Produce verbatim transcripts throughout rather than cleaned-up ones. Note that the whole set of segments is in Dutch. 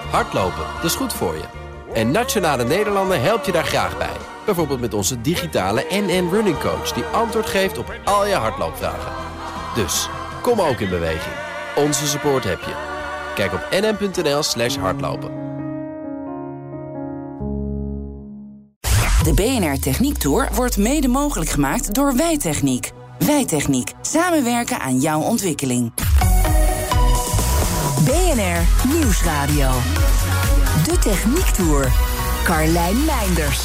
Hardlopen, dat is goed voor je. En Nationale Nederlanden helpt je daar graag bij. Bijvoorbeeld met onze digitale N N Running Coach... die antwoord geeft op al je hardloopvragen. Dus, kom ook in beweging. Onze support heb je. Kijk op nn.nl slash hardlopen. De B N R Techniek Tour wordt mede mogelijk gemaakt door Wijtechniek. Wijtechniek. Samenwerken aan jouw ontwikkeling. B N R Nieuwsradio. De Techniek Tour. Carlijn Meinders.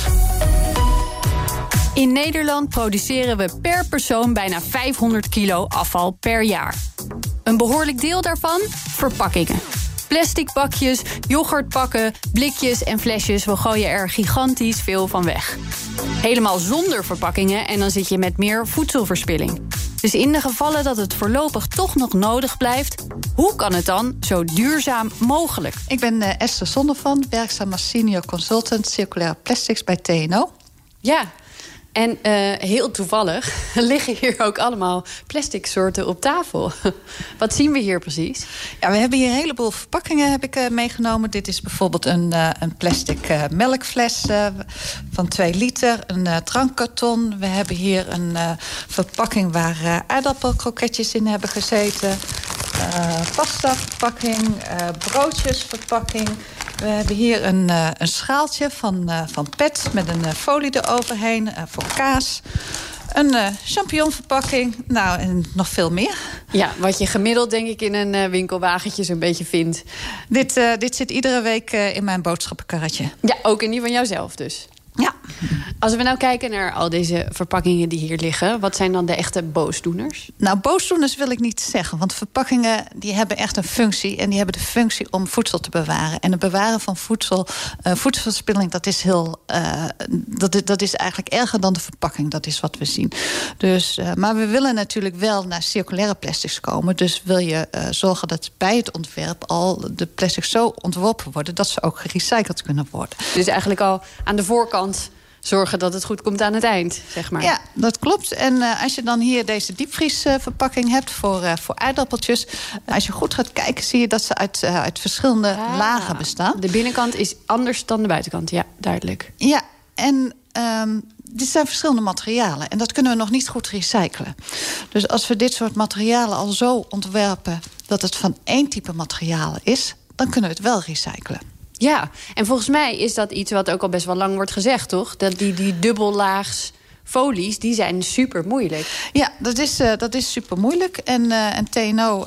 In Nederland produceren we per persoon bijna vijfhonderd kilo afval per jaar. Een behoorlijk deel daarvan verpakkingen. Plastic bakjes, yoghurtpakken, blikjes en flesjes, we gooien er gigantisch veel van weg. Helemaal zonder verpakkingen en dan zit je met meer voedselverspilling. Dus in de gevallen dat het voorlopig toch nog nodig blijft, hoe kan het dan zo duurzaam mogelijk? Ik ben uh, Esther Zondervan, werkzaam als senior consultant circulaire plastics bij T N O. Ja, en uh, heel toevallig liggen hier ook allemaal plastic soorten op tafel. Wat zien we hier precies? Ja, we hebben hier een heleboel verpakkingen heb ik, uh, meegenomen. Dit is bijvoorbeeld een, uh, een plastic uh, melkfles uh, van twee liter. Een uh, drankkarton. We hebben hier een uh, verpakking waar uh, aardappelkroketjes in hebben gezeten. Uh, pasta verpakking, uh, broodjesverpakking. We hebben hier een, uh, een schaaltje van, uh, van P E T met een uh, folie eroverheen uh, voor kaas. Een uh, champignonverpakking, nou en nog veel meer. Ja, wat je gemiddeld denk ik in een uh, winkelwagentje zo'n beetje vindt. Dit, uh, dit zit iedere week uh, in mijn boodschappenkarretje. Ja, ook in die van jouzelf dus. Ja. Als we nou kijken naar al deze verpakkingen die hier liggen, wat zijn dan de echte boosdoeners? Nou, boosdoeners wil ik niet zeggen. Want verpakkingen die hebben echt een functie. En die hebben de functie om voedsel te bewaren. En het bewaren van voedsel, uh, voedselverspilling, dat is heel. Uh, dat, dat is eigenlijk erger dan de verpakking. Dat is wat we zien. Dus, uh, maar we willen natuurlijk wel naar circulaire plastics komen. Dus wil je uh, zorgen dat bij het ontwerp al de plastics zo ontworpen worden dat ze ook gerecycled kunnen worden. Dus eigenlijk al aan de voorkant zorgen dat het goed komt aan het eind, zeg maar. Ja, dat klopt. En uh, als je dan hier deze diepvriesverpakking uh, hebt voor, uh, voor aardappeltjes, als je goed gaat kijken, zie je dat ze uit, uh, uit verschillende ah, lagen bestaan. De binnenkant is anders dan de buitenkant, ja, duidelijk. Ja, en um, dit zijn verschillende materialen. En dat kunnen we nog niet goed recyclen. Dus als we dit soort materialen al zo ontwerpen dat het van één type materiaal is, dan kunnen we het wel recyclen. Ja, en volgens mij is dat iets wat ook al best wel lang wordt gezegd, toch? Dat die, die dubbellaags folies, die zijn super moeilijk. Ja, dat is, uh, dat is super moeilijk. En, uh, en T N O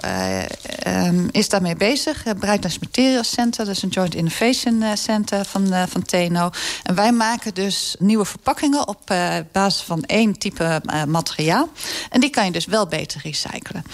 uh, um, is daarmee bezig. Uh, Brightness Materials Center, dat is een Joint Innovation Center van, uh, van T N O. En wij maken dus nieuwe verpakkingen op uh, basis van één type uh, materiaal. En die kan je dus wel beter recyclen.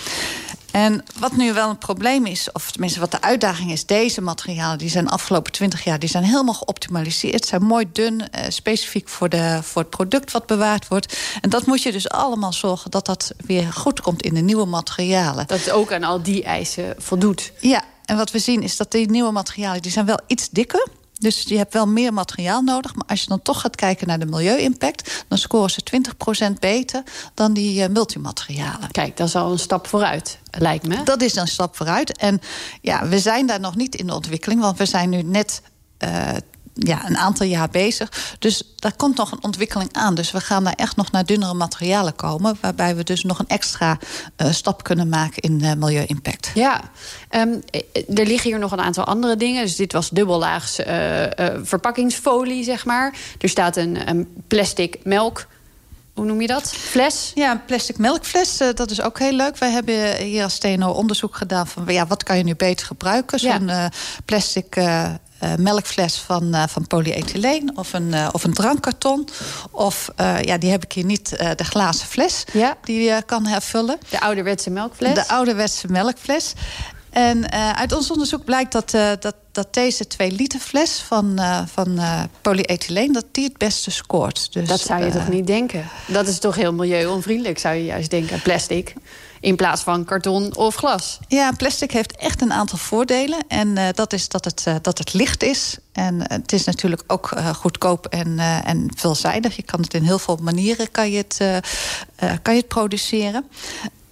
En wat nu wel een probleem is, of tenminste wat de uitdaging is, deze materialen die zijn de afgelopen twintig jaar die zijn helemaal geoptimaliseerd, zijn mooi dun, uh, specifiek voor, de, voor het product wat bewaard wordt. En dat moet je dus allemaal zorgen dat dat weer goed komt in de nieuwe materialen. Dat het ook aan al die eisen voldoet. Ja, en wat we zien is dat die nieuwe materialen die zijn wel iets dikker. Dus je hebt wel meer materiaal nodig. Maar als je dan toch gaat kijken naar de milieu-impact, dan scoren ze twintig procent beter dan die uh, multimaterialen. Kijk, dat is al een stap vooruit, lijkt me. Dat is een stap vooruit. En ja, we zijn daar nog niet in de ontwikkeling, want we zijn nu net uh, ja, een aantal jaar bezig. Dus daar komt nog een ontwikkeling aan. Dus we gaan daar echt nog naar dunnere materialen komen, waarbij we dus nog een extra uh, stap kunnen maken in uh, milieu-impact. Ja, um, er liggen hier nog een aantal andere dingen. Dus dit was dubbellaags uh, uh, verpakkingsfolie, zeg maar. Er staat een, een plastic melk. Hoe noem je dat? Fles? Ja, een plastic melkfles. Uh, dat is ook heel leuk. Wij hebben hier als T N O onderzoek gedaan van ja, wat kan je nu beter gebruiken? Zo'n ja. uh, plastic Uh, Uh, melkfles van, uh, van polyethyleen of een, uh, of een drankkarton. Of, uh, ja, die heb ik hier niet, uh, de glazen fles ja. die je uh, kan hervullen. De ouderwetse melkfles? De ouderwetse melkfles. En uh, uit ons onderzoek blijkt dat, uh, dat, dat deze twee liter fles van, uh, van uh, polyethyleen, dat die het beste scoort. Dus, dat zou je uh, toch niet denken? Dat is toch heel milieuonvriendelijk, zou je juist denken. Plastic in plaats van karton of glas. Ja, plastic heeft echt een aantal voordelen. En uh, dat is dat het, uh, dat het licht is. En uh, het is natuurlijk ook uh, goedkoop en, uh, en veelzijdig. Je kan het in heel veel manieren kan je het, uh, uh, kan je het produceren.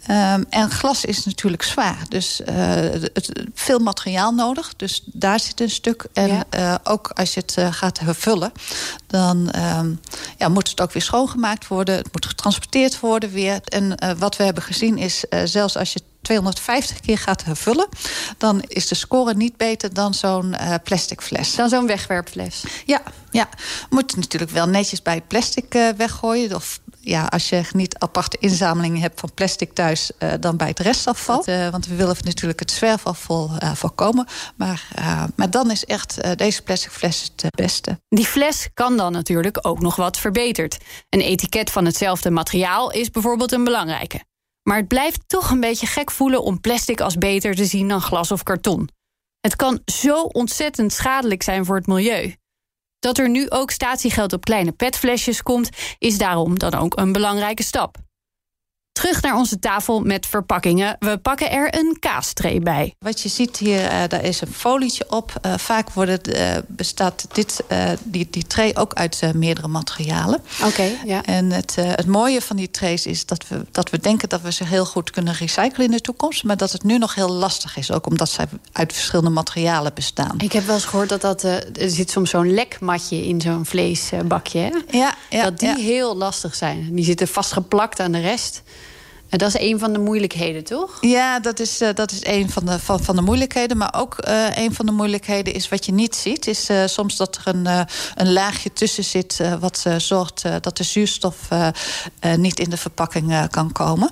Um, en glas is natuurlijk zwaar. Dus uh, het, veel materiaal nodig. Dus daar zit een stuk. En ja. uh, ook als je het uh, gaat vervullen, dan um, ja, moet het ook weer schoongemaakt worden. Het moet getransporteerd worden weer. En uh, wat we hebben gezien is, uh, zelfs als je tweehonderdvijftig keer gaat hervullen, dan is de score niet beter dan zo'n uh, plastic fles. Dan zo'n wegwerpfles? Ja, ja. Moet natuurlijk wel netjes bij het plastic uh, weggooien. Of ja, als je niet aparte inzameling hebt van plastic thuis, uh, dan bij het restafval. Uh, want we willen natuurlijk het zwerfafval uh, voorkomen. Maar, uh, maar dan is echt uh, deze plastic fles het uh, beste. Die fles kan dan natuurlijk ook nog wat verbeterd. Een etiket van hetzelfde materiaal is bijvoorbeeld een belangrijke. Maar het blijft toch een beetje gek voelen om plastic als beter te zien dan glas of karton. Het kan zo ontzettend schadelijk zijn voor het milieu. Dat er nu ook statiegeld op kleine petflesjes komt, is daarom dan ook een belangrijke stap. Terug naar onze tafel met verpakkingen. We pakken er een kaastray bij. Wat je ziet hier, uh, daar is een folietje op. Uh, vaak wordt het, uh, bestaat dit, uh, die, die tray ook uit uh, meerdere materialen. Oké, okay, ja. En het, uh, het mooie van die trays is dat we, dat we denken dat we ze heel goed kunnen recyclen in de toekomst. Maar dat het nu nog heel lastig is. Ook omdat zij uit verschillende materialen bestaan. Ik heb wel eens gehoord dat dat... Uh, er zit soms zo'n lekmatje in zo'n vleesbakje. Hè? Ja, ja, dat die ja. heel lastig zijn. Die zitten vastgeplakt aan de rest. En dat is een van de moeilijkheden, toch? Ja, dat is, uh, dat is een van de, van, van de moeilijkheden. Maar ook uh, een van de moeilijkheden is wat je niet ziet. Is uh, soms dat er een, uh, een laagje tussen zit, Uh, wat uh, zorgt uh, dat de zuurstof uh, uh, niet in de verpakking uh, kan komen.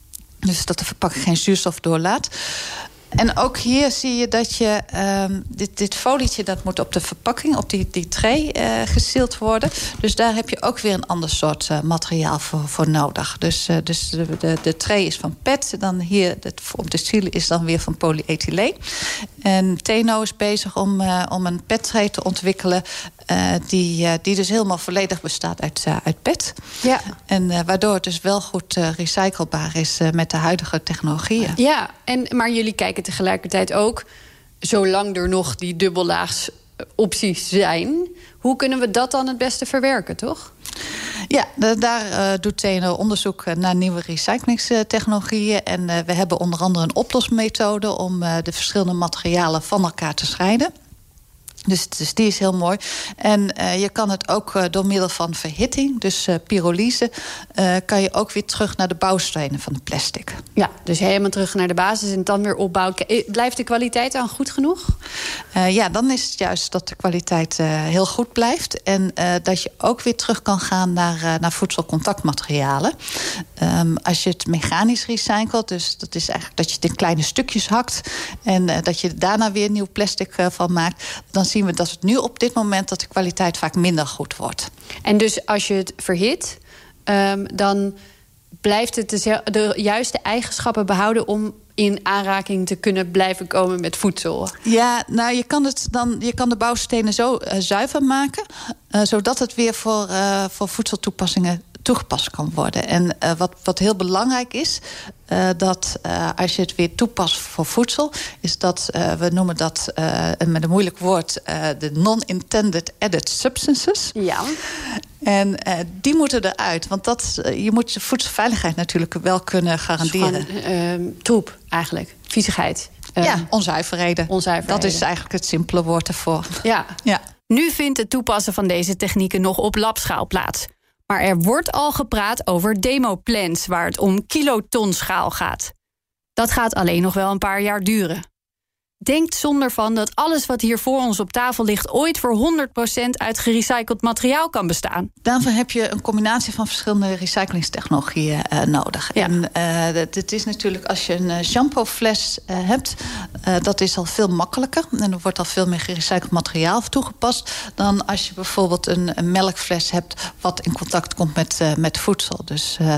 Dus dat de verpakking geen zuurstof doorlaat. En ook hier zie je dat je um, dit, dit folietje, dat moet op de verpakking, op die, die tray uh, geseald worden. Dus daar heb je ook weer een ander soort uh, materiaal voor, voor nodig. Dus, uh, dus de, de, de tray is van P E T. Dan hier het, op de seal is dan weer van polyethyleen. En Teno is bezig om, uh, om een P E T-tray te ontwikkelen, Uh, die, uh, die dus helemaal volledig bestaat uit, uh, uit P E T. Ja. En uh, waardoor het dus wel goed uh, recyclebaar is uh, met de huidige technologieën. Ja, en, maar jullie kijken tegelijkertijd ook, zolang er nog die dubbellaags opties zijn, hoe kunnen we dat dan het beste verwerken, toch? Ja, de, daar uh, doet T N O onderzoek naar nieuwe recyclingstechnologieën. En uh, we hebben onder andere een oplosmethode om uh, de verschillende materialen van elkaar te scheiden. Dus, dus die is heel mooi. En uh, je kan het ook uh, door middel van verhitting, dus uh, pyrolyse, uh, kan je ook weer terug naar de bouwstenen van het plastic. Ja, dus helemaal terug naar de basis en dan weer opbouwen. Blijft de kwaliteit dan goed genoeg? Uh, ja, dan is het juist dat de kwaliteit uh, heel goed blijft. En uh, dat je ook weer terug kan gaan naar, uh, naar voedselcontactmaterialen. Um, als je het mechanisch recycelt, dus dat is eigenlijk dat je het in kleine stukjes hakt en uh, dat je daarna weer nieuw plastic uh, van maakt, dan zien we dat het nu op dit moment dat de kwaliteit vaak minder goed wordt. En dus als je het verhit, um, dan blijft het de, de juiste eigenschappen behouden om in aanraking te kunnen blijven komen met voedsel? Ja, nou, je kan, het dan, je kan de bouwstenen zo uh, zuiver maken, uh, zodat het weer voor, uh, voor voedseltoepassingen toegepast kan worden. En uh, wat, wat heel belangrijk is, uh, dat uh, als je het weer toepast voor voedsel, is dat, uh, we noemen dat uh, met een moeilijk woord, uh, de non-intended added substances. Ja. En uh, die moeten eruit, want dat, uh, je moet de voedselveiligheid natuurlijk wel kunnen garanderen. Gewoon, uh, troep eigenlijk, viezigheid. Uh, ja, onzuiverheden. onzuiverheden. Dat is eigenlijk het simpele woord ervoor. Ja. Ja. Nu vindt het toepassen van deze technieken nog op labschaal plaats. Maar er wordt al gepraat over demoplants, waar het om kilotonschaal gaat. Dat gaat alleen nog wel een paar jaar duren. Denkt zonder van dat alles wat hier voor ons op tafel ligt ooit voor honderd procent uit gerecycled materiaal kan bestaan. Daarvoor heb je een combinatie van verschillende recyclingstechnologieën uh, nodig. Ja. En uh, het is natuurlijk, als je een uh, shampoofles uh, hebt, uh, dat is al veel makkelijker. En er wordt al veel meer gerecycled materiaal toegepast dan als je bijvoorbeeld een, een melkfles hebt wat in contact komt met, uh, met voedsel. Dus uh,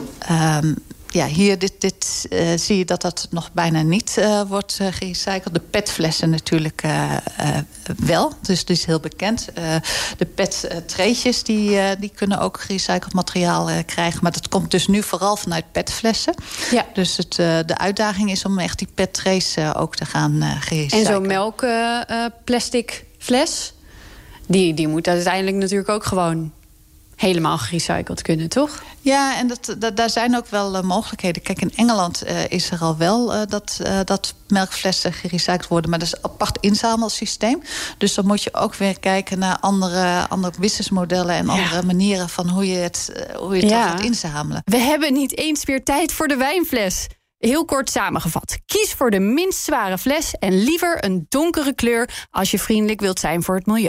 um, ja, hier dit, dit, uh, zie je dat dat nog bijna niet uh, wordt uh, gerecycled. De P E T-flessen natuurlijk uh, uh, wel, dus die is heel bekend. Uh, de P E T-treetjes die, uh, die kunnen ook gerecycled materiaal uh, krijgen. Maar dat komt dus nu vooral vanuit P E T-flessen. Ja. Dus het, uh, de uitdaging is om echt die P E T-trays uh, ook te gaan uh, gerecyclen. En zo'n melkplastic uh, fles, die, die moet uiteindelijk natuurlijk ook gewoon helemaal gerecycled kunnen, toch? Ja, en dat, dat, daar zijn ook wel uh, mogelijkheden. Kijk, in Engeland uh, is er al wel uh, dat, uh, dat melkflessen gerecycled worden. Maar dat is een apart inzamelsysteem. Dus dan moet je ook weer kijken naar andere, andere businessmodellen... en ja. andere manieren van hoe je het, uh, hoe je het ja. gaat inzamelen. We hebben niet eens meer tijd voor de wijnfles. Heel kort samengevat. Kies voor de minst zware fles en liever een donkere kleur... als je vriendelijk wilt zijn voor het milieu.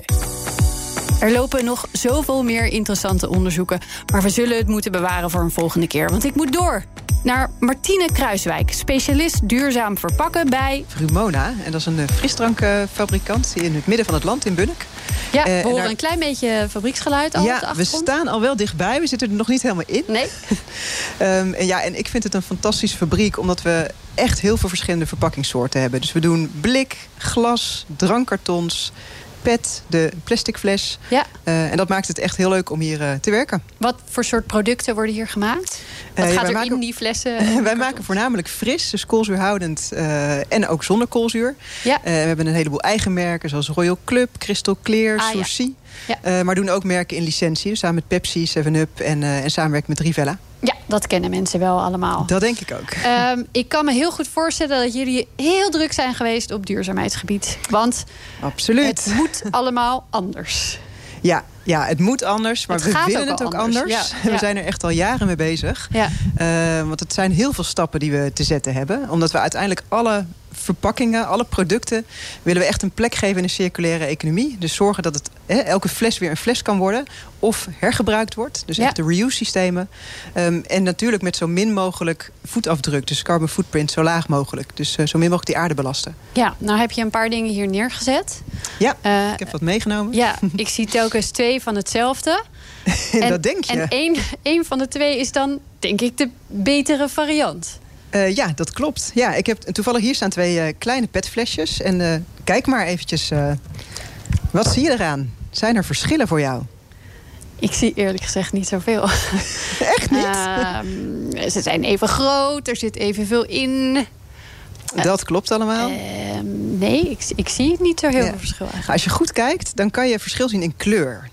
Er lopen nog zoveel meer interessante onderzoeken... maar we zullen het moeten bewaren voor een volgende keer. Want ik moet door naar Martine Kruiswijk... specialist duurzaam verpakken bij... Vrumona, en dat is een frisdrankfabrikant... in het midden van het land in Bunnik. Ja, we uh, horen daar... een klein beetje fabrieksgeluid al. Ja, we staan al wel dichtbij. We zitten er nog niet helemaal in. Nee. um, en, ja, en ik vind het een fantastische fabriek... omdat we echt heel veel verschillende verpakkingssoorten hebben. Dus we doen blik, glas, drankkartons... pet, de plastic fles. Ja. Uh, en dat maakt het echt heel leuk om hier uh, te werken. Wat voor soort producten worden hier gemaakt? Wat uh, gaat ja, er maken, in die flessen? Wij maken voornamelijk fris, dus koolzuurhoudend uh, en ook zonder koolzuur. Ja. Uh, we hebben een heleboel eigen merken, zoals Royal Club, Crystal Clear, ah, Sourcy. Ja. Ja. Uh, maar doen ook merken in licentie, dus samen met Pepsi, seven up en, uh, en samenwerken met Rivella. Ja, dat kennen mensen wel allemaal. Dat denk ik ook. Um, ik kan me heel goed voorstellen dat jullie heel druk zijn geweest op duurzaamheidsgebied. Want absoluut. Het moet allemaal anders. Ja, ja, het moet anders, maar het we willen ook het ook anders. anders. Ja, we ja. zijn er echt al jaren mee bezig. Ja. Uh, want het zijn heel veel stappen die we te zetten hebben. Omdat we uiteindelijk alle verpakkingen, alle producten... willen we echt een plek geven in een circulaire economie. Dus zorgen dat het, he, elke fles weer een fles kan worden... of hergebruikt wordt. Dus ja. echt de reuse-systemen. Um, en natuurlijk met zo min mogelijk voetafdruk. Dus carbon footprint zo laag mogelijk. Dus uh, zo min mogelijk die aarde belasten. Ja, nou heb je een paar dingen hier neergezet. Ja, uh, ik heb wat meegenomen. Ja, ik zie telkens twee van hetzelfde. en, dat denk je. En één, één van de twee is dan, denk ik, de betere variant. Uh, ja, dat klopt. Ja, ik heb toevallig hier staan twee uh, kleine petflesjes. En uh, kijk maar eventjes. Uh, wat zie je eraan? Zijn er verschillen voor jou? Ik zie eerlijk gezegd niet zoveel. Echt niet? Uh, ze zijn even groot, er zit evenveel in. Dat klopt allemaal? Uh, nee, ik, ik zie niet zo heel ja. veel verschil eigenlijk. Als je goed kijkt, dan kan je verschil zien in kleur.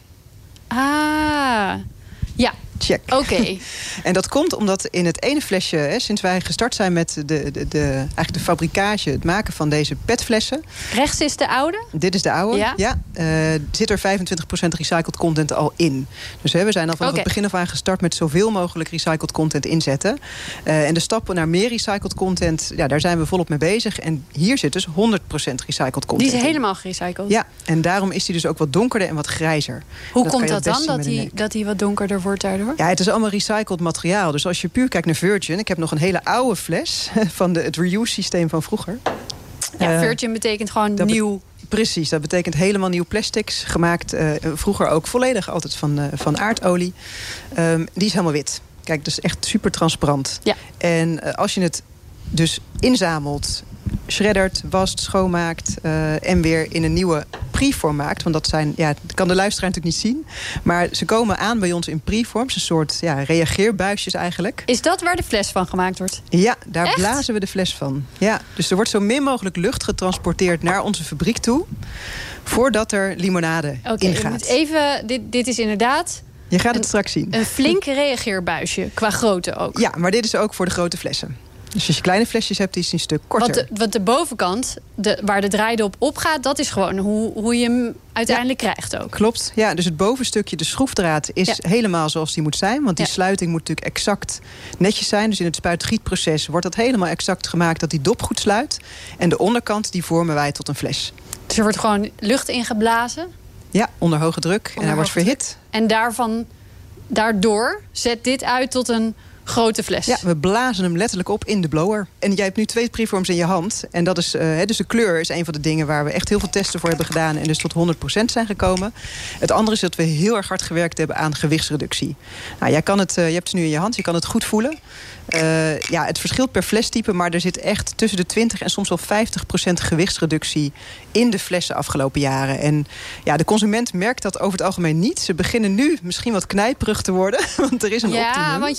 Ah, ja. Check. Oké. Okay. En dat komt omdat in het ene flesje, hè, sinds wij gestart zijn met de, de, de, eigenlijk de fabrikage, het maken van deze petflessen. Rechts is de oude? Dit is de oude, ja. ja uh, zit er vijfentwintig procent recycled content al in. Dus hè, we zijn al vanaf okay. het begin af aan gestart met zoveel mogelijk recycled content inzetten. Uh, en de stappen naar meer recycled content, ja, daar zijn we volop mee bezig. En hier zit dus honderd procent recycled content. Die is in. helemaal gerecycled? Ja, en daarom is die dus ook wat donkerder en wat grijzer. Hoe dat komt dat dan, dat die, dat die wat donkerder wordt daardoor? Ja, het is allemaal recycled materiaal. Dus als je puur kijkt naar Virgin... ik heb nog een hele oude fles van de, het reuse-systeem van vroeger. Ja, Virgin betekent gewoon dat nieuw. Be- precies, dat betekent helemaal nieuw plastics. Gemaakt uh, vroeger ook volledig altijd van, uh, van aardolie. Um, die is helemaal wit. Kijk, dat is echt super transparant. Ja. En uh, als je het dus inzamelt... shreddert, wast, schoonmaakt... Uh, en weer in een nieuwe preform maakt. Want dat zijn, ja, dat kan de luisteraar natuurlijk niet zien. Maar ze komen aan bij ons in preforms. Een soort ja, reageerbuisjes eigenlijk. Is dat waar de fles van gemaakt wordt? Ja, daar Echt? blazen we de fles van. Ja, dus er wordt zo min mogelijk lucht getransporteerd naar onze fabriek toe. Voordat er limonade okay, ingaat. Even, dit, dit is inderdaad... Je gaat een, het straks zien. Een flink reageerbuisje, qua grootte ook. Ja, maar dit is ook voor de grote flessen. Dus als je kleine flesjes hebt, die is een stuk korter. Want de, want de bovenkant, de, waar de draaidop op gaat... dat is gewoon hoe, hoe je hem uiteindelijk ja, krijgt ook. Klopt. Ja, dus het bovenstukje, de schroefdraad, is ja. helemaal zoals die moet zijn. Want die ja. sluiting moet natuurlijk exact netjes zijn. Dus in het spuitgietproces wordt dat helemaal exact gemaakt... dat die dop goed sluit. En de onderkant, die vormen wij tot een fles. Dus er wordt gewoon lucht ingeblazen? Ja, onder hoge druk. Onder en hij wordt verhit. Druk. En daarvan, daardoor zet dit uit tot een... grote fles. Ja, we blazen hem letterlijk op in de blower. En jij hebt nu twee preforms in je hand. En dat is, uh, dus de kleur is een van de dingen waar we echt heel veel testen voor hebben gedaan. En dus tot honderd procent zijn gekomen. Het andere is dat we heel erg hard gewerkt hebben aan gewichtsreductie. Nou, jij kan het, uh, je hebt het nu in je hand, je kan het goed voelen. Uh, ja, het verschilt per flestype, maar er zit echt tussen de twintig en soms wel vijftig procent gewichtsreductie in de flessen afgelopen jaren. En ja, de consument merkt dat over het algemeen niet. Ze beginnen nu misschien wat knijperig te worden, want er is een ja, optimum. Ja, want je, want je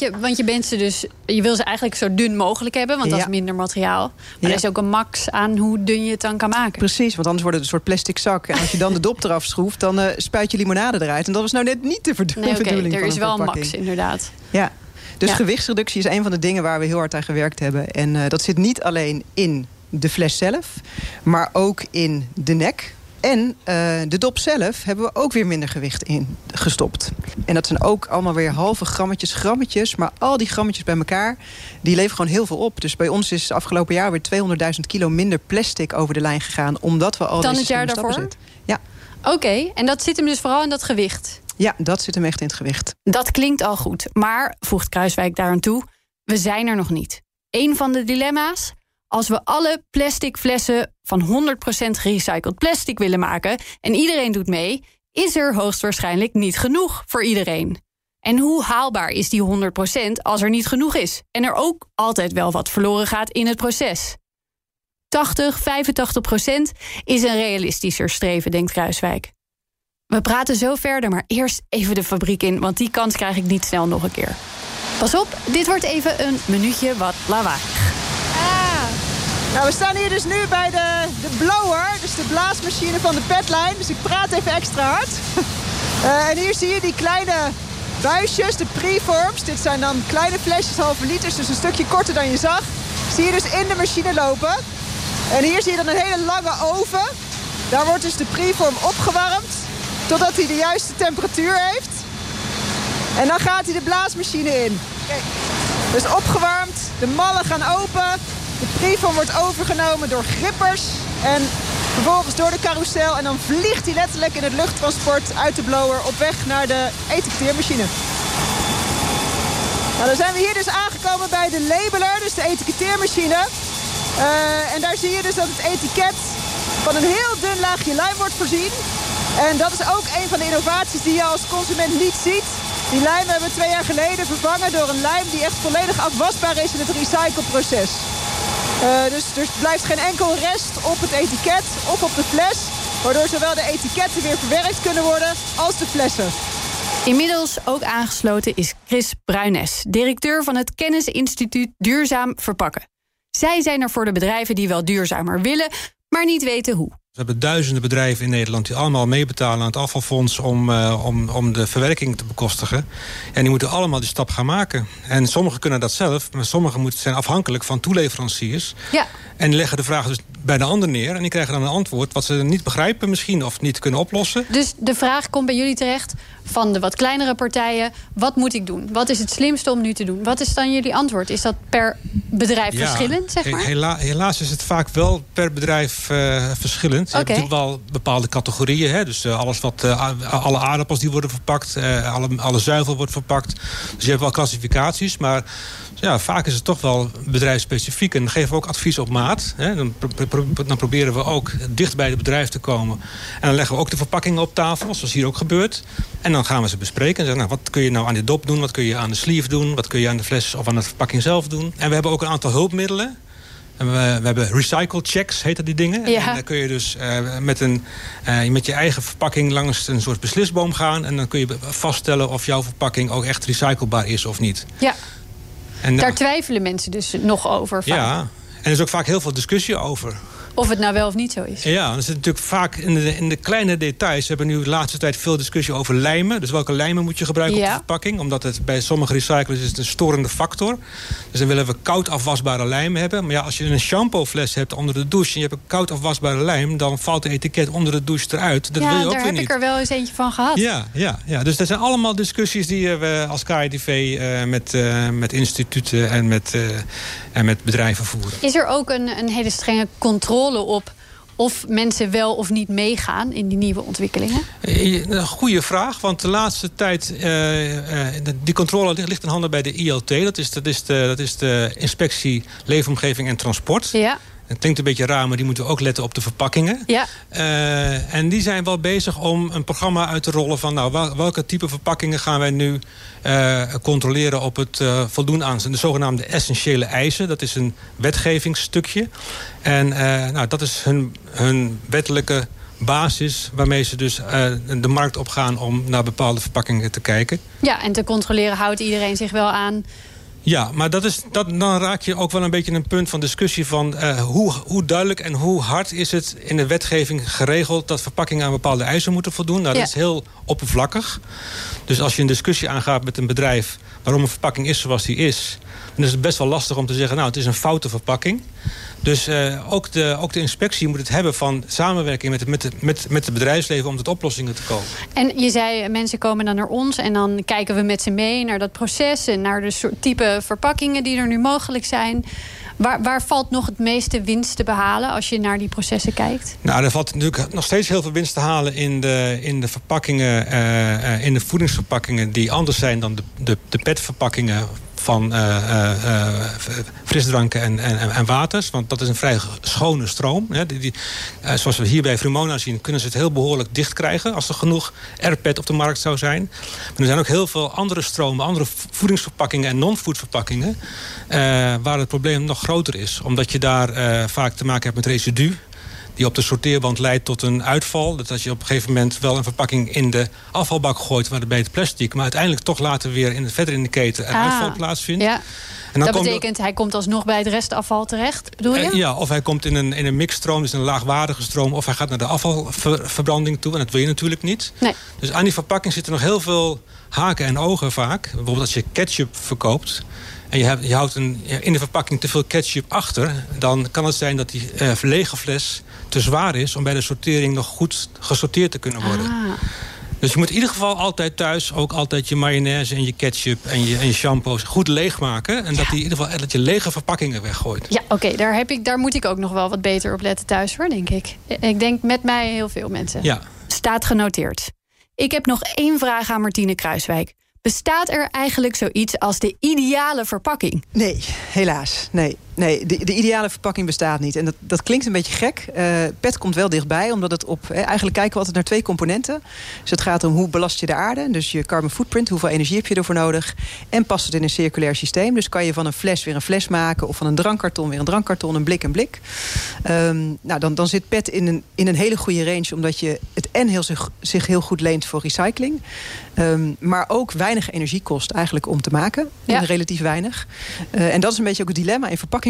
mensen dus... Je wil ze eigenlijk zo dun mogelijk hebben, want dat Ja. is minder materiaal. Maar Ja. er is ook een max aan hoe dun je het dan kan maken. Precies, want anders wordt het een soort plastic zak. En als je dan de dop eraf schroeft, dan uh, spuit je limonade eruit. En dat was nou net niet de verdo- Nee, oké, bedoeling er van is een wel een verpakking. max, inderdaad. Ja, dus Ja. gewichtsreductie is een van de dingen waar we heel hard aan gewerkt hebben. En uh, dat zit niet alleen in de fles zelf, maar ook in de nek. En uh, de dop zelf hebben we ook weer minder gewicht in gestopt. En dat zijn ook allemaal weer halve grammetjes, grammetjes. Maar al die grammetjes bij elkaar, die leveren gewoon heel veel op. Dus bij ons is afgelopen jaar weer tweehonderdduizend kilo minder plastic over de lijn gegaan. Omdat we al Dan deze het jaar slimme stappen daarvoor? zetten. Ja. Oké, okay, en dat zit hem dus vooral in dat gewicht. Ja, dat zit hem echt in het gewicht. Dat klinkt al goed, maar, voegt Kruiswijk daaraan toe... we zijn er nog niet. Eén van de dilemma's... als we alle plastic flessen van honderd procent gerecycled plastic willen maken... en iedereen doet mee, is er hoogstwaarschijnlijk niet genoeg voor iedereen. En hoe haalbaar is die honderd procent als er niet genoeg is... en er ook altijd wel wat verloren gaat in het proces? tachtig, vijfentachtig procent is een realistischer streven, denkt Kruiswijk. We praten zo verder, maar eerst even de fabriek in... want die kans krijg ik niet snel nog een keer. Pas op, dit wordt even een minuutje wat lawaaiig. Nou, we staan hier dus nu bij de, de blower, dus de blaasmachine van de petlijn. Dus ik praat even extra hard. Uh, en hier zie je die kleine buisjes, de preforms. Dit zijn dan kleine flesjes, halve liters, dus een stukje korter dan je zag. Zie je dus in de machine lopen. En hier zie je dan een hele lange oven. Daar wordt dus de preform opgewarmd, totdat hij de juiste temperatuur heeft. En dan gaat hij de blaasmachine in. Kijk, dus opgewarmd, de mallen gaan open... De preform wordt overgenomen door grippers en vervolgens door de carousel. En dan vliegt hij letterlijk in het luchttransport uit de blower op weg naar de etiketteermachine. Nou, dan zijn we hier dus aangekomen bij de labeler, dus de etiketteermachine. Uh, en daar zie je dus dat het etiket van een heel dun laagje lijm wordt voorzien. En dat is ook een van de innovaties die je als consument niet ziet. Die lijm hebben we twee jaar geleden vervangen door een lijm die echt volledig afwasbaar is in het recycleproces. Uh, dus er blijft geen enkel rest op het etiket of op de fles, waardoor zowel de etiketten weer verwerkt kunnen worden als de flessen. Inmiddels ook aangesloten is Chris Bruines, directeur van het Kennisinstituut Duurzaam Verpakken. Zij zijn er voor de bedrijven die wel duurzamer willen, maar niet weten hoe. We hebben duizenden bedrijven in Nederland die allemaal meebetalen aan het afvalfonds om, uh, om, om de verwerking te bekostigen. En die moeten allemaal die stap gaan maken. En sommigen kunnen dat zelf, maar sommigen moeten, zijn afhankelijk van toeleveranciers. Ja. En die leggen de vraag dus bij de ander neer. En die krijgen dan een antwoord wat ze niet begrijpen misschien of niet kunnen oplossen. Dus de vraag komt bij jullie terecht van de wat kleinere partijen. Wat moet ik doen? Wat is het slimste om nu te doen? Wat is dan jullie antwoord? Is dat per bedrijf ja, verschillend, zeg maar? Hela- helaas is het vaak wel per bedrijf uh, verschillend. Je Okay. hebt natuurlijk wel bepaalde categorieën. Hè? Dus uh, alles wat, uh, alle aardappels die worden verpakt. Uh, alle, alle zuivel wordt verpakt. Dus je hebt wel klassificaties. Maar ja, vaak is het toch wel bedrijfsspecifiek. En dan geven we ook advies op maat. Hè? Dan, pro- pro- dan proberen we ook dicht bij het bedrijf te komen. En dan leggen we ook de verpakkingen op tafel. Zoals hier ook gebeurt. En dan gaan we ze bespreken. En zeggen, nou, wat kun je nou aan die dop doen? Wat kun je aan de sleeve doen? Wat kun je aan de fles of aan de verpakking zelf doen? En we hebben ook een aantal hulpmiddelen. En we, we hebben recycle checks, heten die dingen. Ja. En dan kun je dus uh, met, een, uh, met je eigen verpakking langs een soort beslisboom gaan. En dan kun je vaststellen of jouw verpakking ook echt recyclebaar is of niet. Ja, en, daar uh, twijfelen mensen dus nog over. Vaak. Ja, en er is ook vaak heel veel discussie over. Of het nou wel of niet zo is. Ja, er zit natuurlijk vaak in de, in de kleine details. We hebben nu de laatste tijd veel discussie over lijmen. Dus welke lijmen moet je gebruiken Ja. op de verpakking? Omdat het bij sommige recyclers is het een storende factor. Dus dan willen we koud afwasbare lijm hebben. Maar ja, als je een shampoofles hebt onder de douche en je hebt een koud afwasbare lijm, dan valt de etiket onder de douche eruit. Dat ja, wil je ook daar weer heb niet. ik er wel eens eentje van gehad. Ja, ja, ja, dus dat zijn allemaal discussies die we als K I D V uh, met, uh, met instituten en met, uh, en met bedrijven voeren. Is er ook een, een hele strenge controle op of mensen wel of niet meegaan in die nieuwe ontwikkelingen? Een goede vraag, want de laatste tijd, uh, uh, die controle ligt, ligt in handen bij de I L T. Dat is, dat is, de, dat is de Inspectie Leefomgeving en Transport. Ja. Het klinkt een beetje raar, maar die moeten ook letten op de verpakkingen. Ja. Uh, en die zijn wel bezig om een programma uit te rollen van, nou, wel, welke type verpakkingen gaan wij nu uh, controleren op het uh, voldoen aan de zogenaamde essentiële eisen. Dat is een wetgevingsstukje. En uh, nou, dat is hun, hun wettelijke basis waarmee ze dus uh, de markt opgaan om naar bepaalde verpakkingen te kijken. Ja, en te controleren houdt iedereen zich wel aan Ja, maar dat is, dat, dan raak je ook wel een beetje een punt van discussie van uh, hoe, hoe duidelijk en hoe hard is het in de wetgeving geregeld dat verpakkingen aan bepaalde eisen moeten voldoen. Nou, dat ja. is heel oppervlakkig. Dus als je een discussie aangaat met een bedrijf waarom een verpakking is zoals die is, dan is het best wel lastig om te zeggen, nou, het is een foute verpakking. Dus uh, ook, de, ook de inspectie moet het hebben van samenwerking met het met de, met, met de bedrijfsleven om tot oplossingen te komen. En je zei, mensen komen dan naar ons en dan kijken we met ze mee naar dat proces en naar de soort type verpakkingen die er nu mogelijk zijn. Waar, waar valt nog het meeste winst te behalen als je naar die processen kijkt? Nou, er valt natuurlijk nog steeds heel veel winst te halen in de, in de verpakkingen, uh, in de voedingsverpakkingen die anders zijn dan de, de, de petverpakkingen van uh, uh, uh, frisdranken en, en, en waters. Want dat is een vrij schone stroom. Hè. Die, die, uh, zoals we hier bij Vrumona zien, kunnen ze het heel behoorlijk dicht krijgen als er genoeg R P E T op de markt zou zijn. Maar er zijn ook heel veel andere stromen, andere voedingsverpakkingen en non-foodverpakkingen, uh, waar het probleem nog groter is. Omdat je daar uh, vaak te maken hebt met residu die op de sorteerband leidt tot een uitval. Dat als je op een gegeven moment wel een verpakking in de afvalbak gooit, waarbij het plastic, maar uiteindelijk toch later weer in, verder in de keten een ah, uitval plaatsvindt. Ja. En dan dat betekent, er, hij komt alsnog bij het restafval terecht, bedoel je? Uh, ja, of hij komt in een, in een mixstroom, dus een laagwaardige stroom, of hij gaat naar de afvalverbranding toe. En dat wil je natuurlijk niet. Nee. Dus aan die verpakking zitten nog heel veel haken en ogen vaak. Bijvoorbeeld als je ketchup verkoopt en je, hebt, je houdt een, in de verpakking te veel ketchup achter, dan kan het zijn dat die uh, lege fles te zwaar is om bij de sortering nog goed gesorteerd te kunnen worden. Ah. Dus je moet in ieder geval altijd thuis ook altijd je mayonaise en je ketchup en je, en je shampoos goed leegmaken. En ja. dat, die in ieder geval, dat je lege verpakkingen weggooit. Ja, oké, okay, daar, daar moet ik ook nog wel wat beter op letten thuis, hoor, denk ik. Ik denk met mij heel veel mensen. Ja. Staat genoteerd. Ik heb nog één vraag aan Martine Kruiswijk. Bestaat er eigenlijk zoiets als de ideale verpakking? Nee, helaas. Nee. Nee, de, de ideale verpakking bestaat niet. En dat, dat klinkt een beetje gek. Uh, P E T komt wel dichtbij, omdat het op... Eh, eigenlijk kijken we altijd naar twee componenten. Dus het gaat om hoe belast je de aarde. Dus je carbon footprint, hoeveel energie heb je ervoor nodig. En past het in een circulair systeem. Dus kan je van een fles weer een fles maken, of van een drankkarton weer een drankkarton, een blik een blik. Um, nou, dan, dan zit P E T in een, in een hele goede range, omdat je het en heel zich, zich heel goed leent voor recycling. Um, maar ook weinig energie kost eigenlijk om te maken. Ja. Relatief weinig. Uh, en dat is een beetje ook het dilemma in verpakkingsland.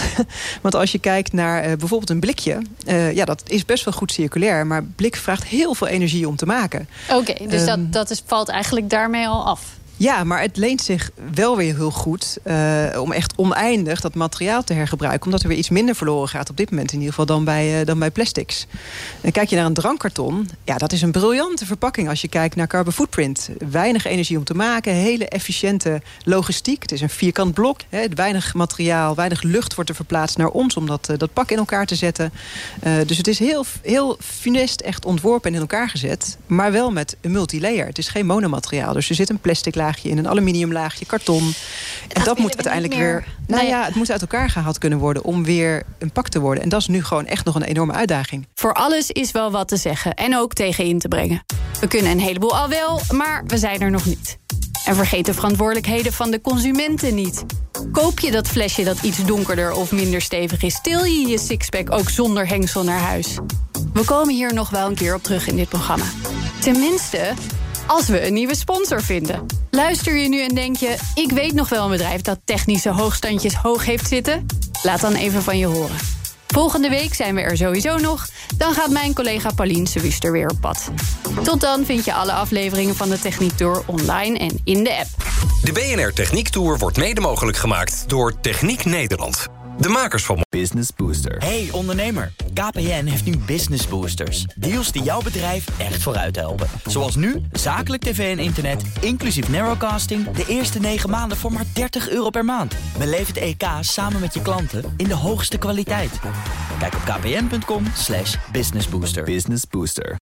Want als je kijkt naar uh, bijvoorbeeld een blikje, Uh, ja, dat is best wel goed circulair, maar blik vraagt heel veel energie om te maken. Oké, okay, dus um, dat, dat is, valt eigenlijk daarmee al af. Ja, maar het leent zich wel weer heel goed uh, om echt oneindig dat materiaal te hergebruiken, omdat er weer iets minder verloren gaat op dit moment in ieder geval dan bij, uh, dan bij plastics. En kijk je naar een drankkarton, ja, dat is een briljante verpakking als je kijkt naar carbon footprint. Weinig energie om te maken, hele efficiënte logistiek. Het is een vierkant blok, hè, weinig materiaal, weinig lucht wordt er verplaatst naar ons om dat, uh, dat pak in elkaar te zetten. Uh, dus het is heel, heel funest echt ontworpen en in elkaar gezet, maar wel met een multilayer. Het is geen monomateriaal, dus er zit een plastic laagje in, een aluminiumlaagje, karton. En dat, dat moet uiteindelijk weer, nou nee. ja, het moet uit elkaar gehaald kunnen worden om weer een pak te worden. En dat is nu gewoon echt nog een enorme uitdaging. Voor alles is wel wat te zeggen en ook tegen in te brengen. We kunnen een heleboel al wel, maar we zijn er nog niet. En vergeet de verantwoordelijkheden van de consumenten niet. Koop je dat flesje dat iets donkerder of minder stevig is, til je je sixpack ook zonder hengsel naar huis. We komen hier nog wel een keer op terug in dit programma. Tenminste, als we een nieuwe sponsor vinden. Luister je nu en denk je, ik weet nog wel een bedrijf dat technische hoogstandjes hoog heeft zitten? Laat dan even van je horen. Volgende week zijn we er sowieso nog. Dan gaat mijn collega Paulien Sewuster weer op pad. Tot dan vind je alle afleveringen van de Techniek Tour online en in de app. De B N R Techniek Tour wordt mede mogelijk gemaakt door Techniek Nederland. De makers van Business Booster. Hey ondernemer, K P N heeft nu Business Boosters. Deals die jouw bedrijf echt vooruit helpen. Zoals nu, zakelijk tv en internet, inclusief narrowcasting, de eerste negen maanden voor maar dertig euro per maand. Beleef het E K samen met je klanten in de hoogste kwaliteit. Kijk op kpn punt com slash businessbooster. Business Booster.